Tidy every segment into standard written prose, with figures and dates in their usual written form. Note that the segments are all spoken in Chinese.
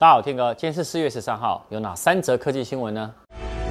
大家好，天哥，今天是4月13号，有哪3则科技新闻呢？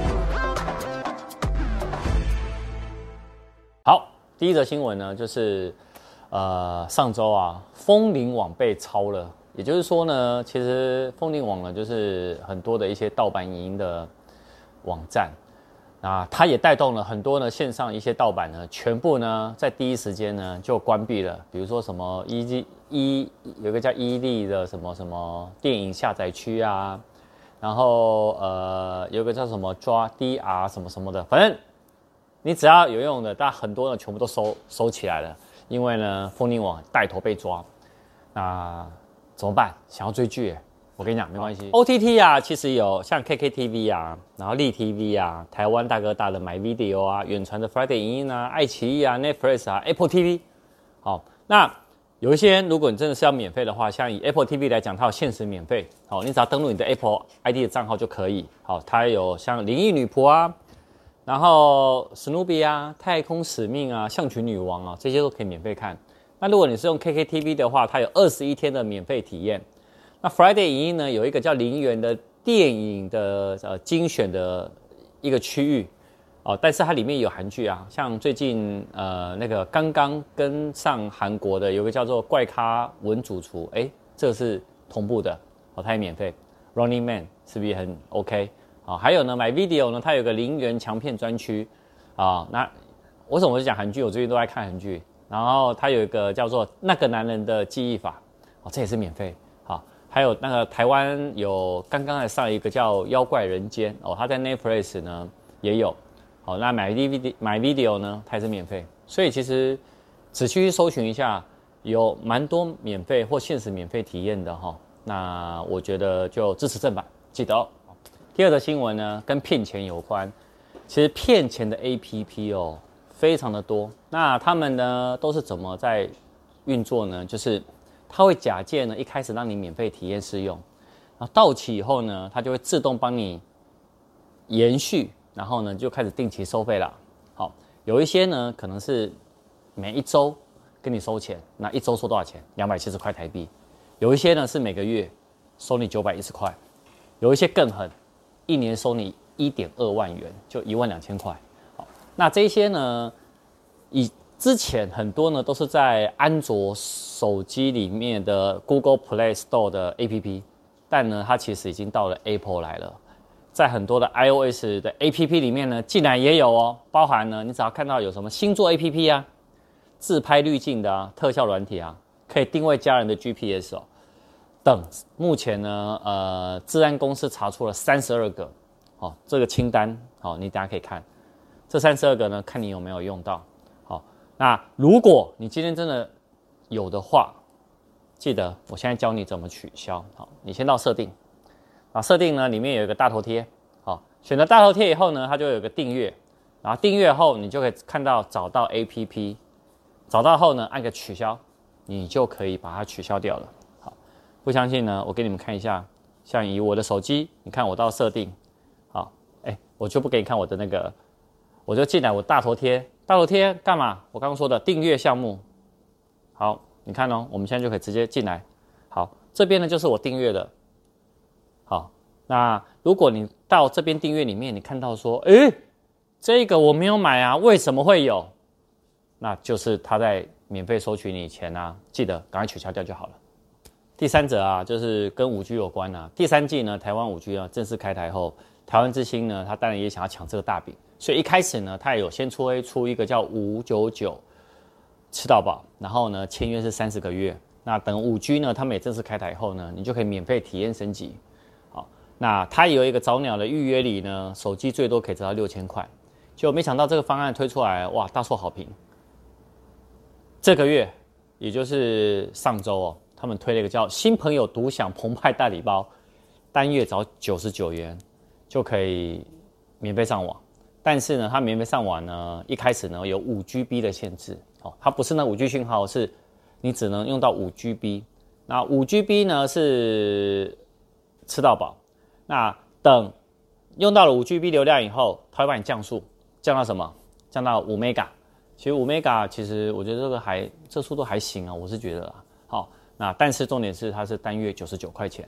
好，第一则新闻呢，就是上周啊，风铃网被抄了，也就是说呢，其实风铃网呢，就是很多的一些盗版影音的网站。那它也带动了很多呢线上一些盗版呢，全部呢在第一时间呢就关闭了。比如说什么有一个叫伊利的什么电影下载区啊，然后有一个叫什么抓 DR 什么的，反正你只要有用的，但很多呢全部都收起来了，因为呢风铃网带头被抓。那怎么办？想要追剧我跟你讲，没关系。OTT 啊，其实有像 KKTV 啊，然后立 TV 啊，台湾大哥大的 MyVideo 啊，远传的 Friday 影音啊，爱奇艺啊 ，Netflix 啊 ，Apple TV。好，那有一些如果你真的是要免费的话，像以 Apple TV 来讲，它有限时免费。好，你只要登录你的 Apple ID 的账号就可以。好，它有像灵异女仆啊，然后史努比啊，太空使命啊，象群女王啊，这些都可以免费看。那如果你是用 KKTV 的话，它有21天的免费体验。那 Friday 影音呢，有一个叫零元的电影的精选的一个区域但是它里面有韩剧啊，像最近那个刚刚跟上韩国的有个叫做怪咖文主厨，这个是同步的它也免费。Running Man 是不是也很 OK 还有呢 MyVideo 呢，它有个零元强片专区那为什么我是讲韩剧？我最近都在看韩剧，然后它有一个叫做那个男人的记忆法这也是免费。还有那个台湾有刚刚才上一个叫妖怪人间它在 Netflix 呢也有那MyVideo 呢它也是免费，所以其实仔细去搜寻一下，有蛮多免费或限时免费体验的那我觉得就支持正版，记得第二则新闻呢跟骗钱有关，其实骗钱的 APP 非常的多，那他们呢都是怎么在运作呢？就是它会假借呢一开始让你免费体验试用，然后到期以后呢，它就会自动帮你延续，然后呢就开始定期收费了。好，有一些呢可能是每一周跟你收钱，那一周收多少钱？270块台币。有一些呢是每个月收你910块，有一些更狠，一年收你1.2万元，就12000块。好，那这些呢之前很多呢都是在安卓手机里面的 Google Play Store 的 APP， 但呢它其实已经到了 Apple 来了，在很多的 iOS 的 APP 里面呢竟然也有包含呢你只要看到有什么星座 APP 啊、自拍滤镜的特效软体可以定位家人的 GPS 等，目前呢治安公司查出了32个这个清单你等一下可以看，这32个呢看你有没有用到。那如果你今天真的有的话，记得我现在教你怎么取消。你先到设定，设定呢里面有一个大头贴，选择大头贴以后呢，它就有一个订阅，然后订阅后你就可以看到找到 APP， 找到后呢按个取消，你就可以把它取消掉了。好，不相信呢，我给你们看一下，像以我的手机，你看我到设定，我就不给你看我的那个，我就进来我大头贴。大头贴干嘛？我刚刚说的订阅项目。好，你看我们现在就可以直接进来。好，这边呢就是我订阅的。好，那如果你到这边订阅里面，你看到说，这个我没有买啊，为什么会有？那就是他在免费收取你钱记得赶快取消掉就好了。第三则就是跟 5G 有关第三季呢，台湾 5G 正式开台后，台湾之星呢，他当然也想要抢这个大饼。所以一开始呢，他也有先出一个叫599吃到饱，然后呢签约是30个月。那等 5G 呢，他们也正式开台后呢，你就可以免费体验升级。好，那他有一个早鸟的预约礼呢，手机最多可以折到6000块。结果没想到这个方案推出来，哇，大受好评。这个月，也就是上周他们推了一个叫新朋友独享澎湃大礼包，单月只要99元就可以免费上网。但是呢，它免费上网呢，一开始呢有5GB 的限制，它不是那5G 讯号，是你只能用到5GB。那5GB 呢是吃到饱。那等用到了5GB 流量以后，它会帮你降速，降到什么？降到5MB。其实5MB，其实我觉得这速度还行我是觉得好，那但是重点是它是单月99块钱。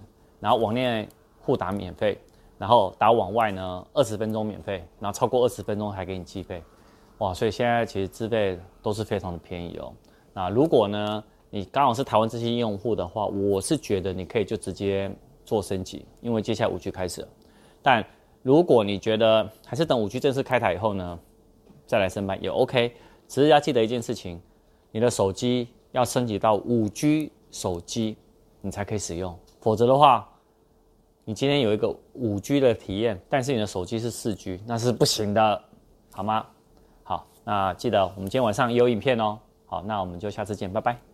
然后网内互打免费，然后打网外呢20分钟免费，然后超过20分钟还给你计费。哇，所以现在其实资费都是非常的便宜哦。那如果呢你刚好是台湾之星用户的话，我是觉得你可以就直接做升级，因为接下来5G 开始了。但如果你觉得还是等5G 正式开台以后呢，再来升班也 OK。只是要记得一件事情，你的手机要升级到5G 手机，你才可以使用。否则的话，你今天有一个5G 的体验，但是你的手机是4G，那是不行的，好吗？好，那记得我们今天晚上也有影片哦。好，那我们就下次见，拜拜。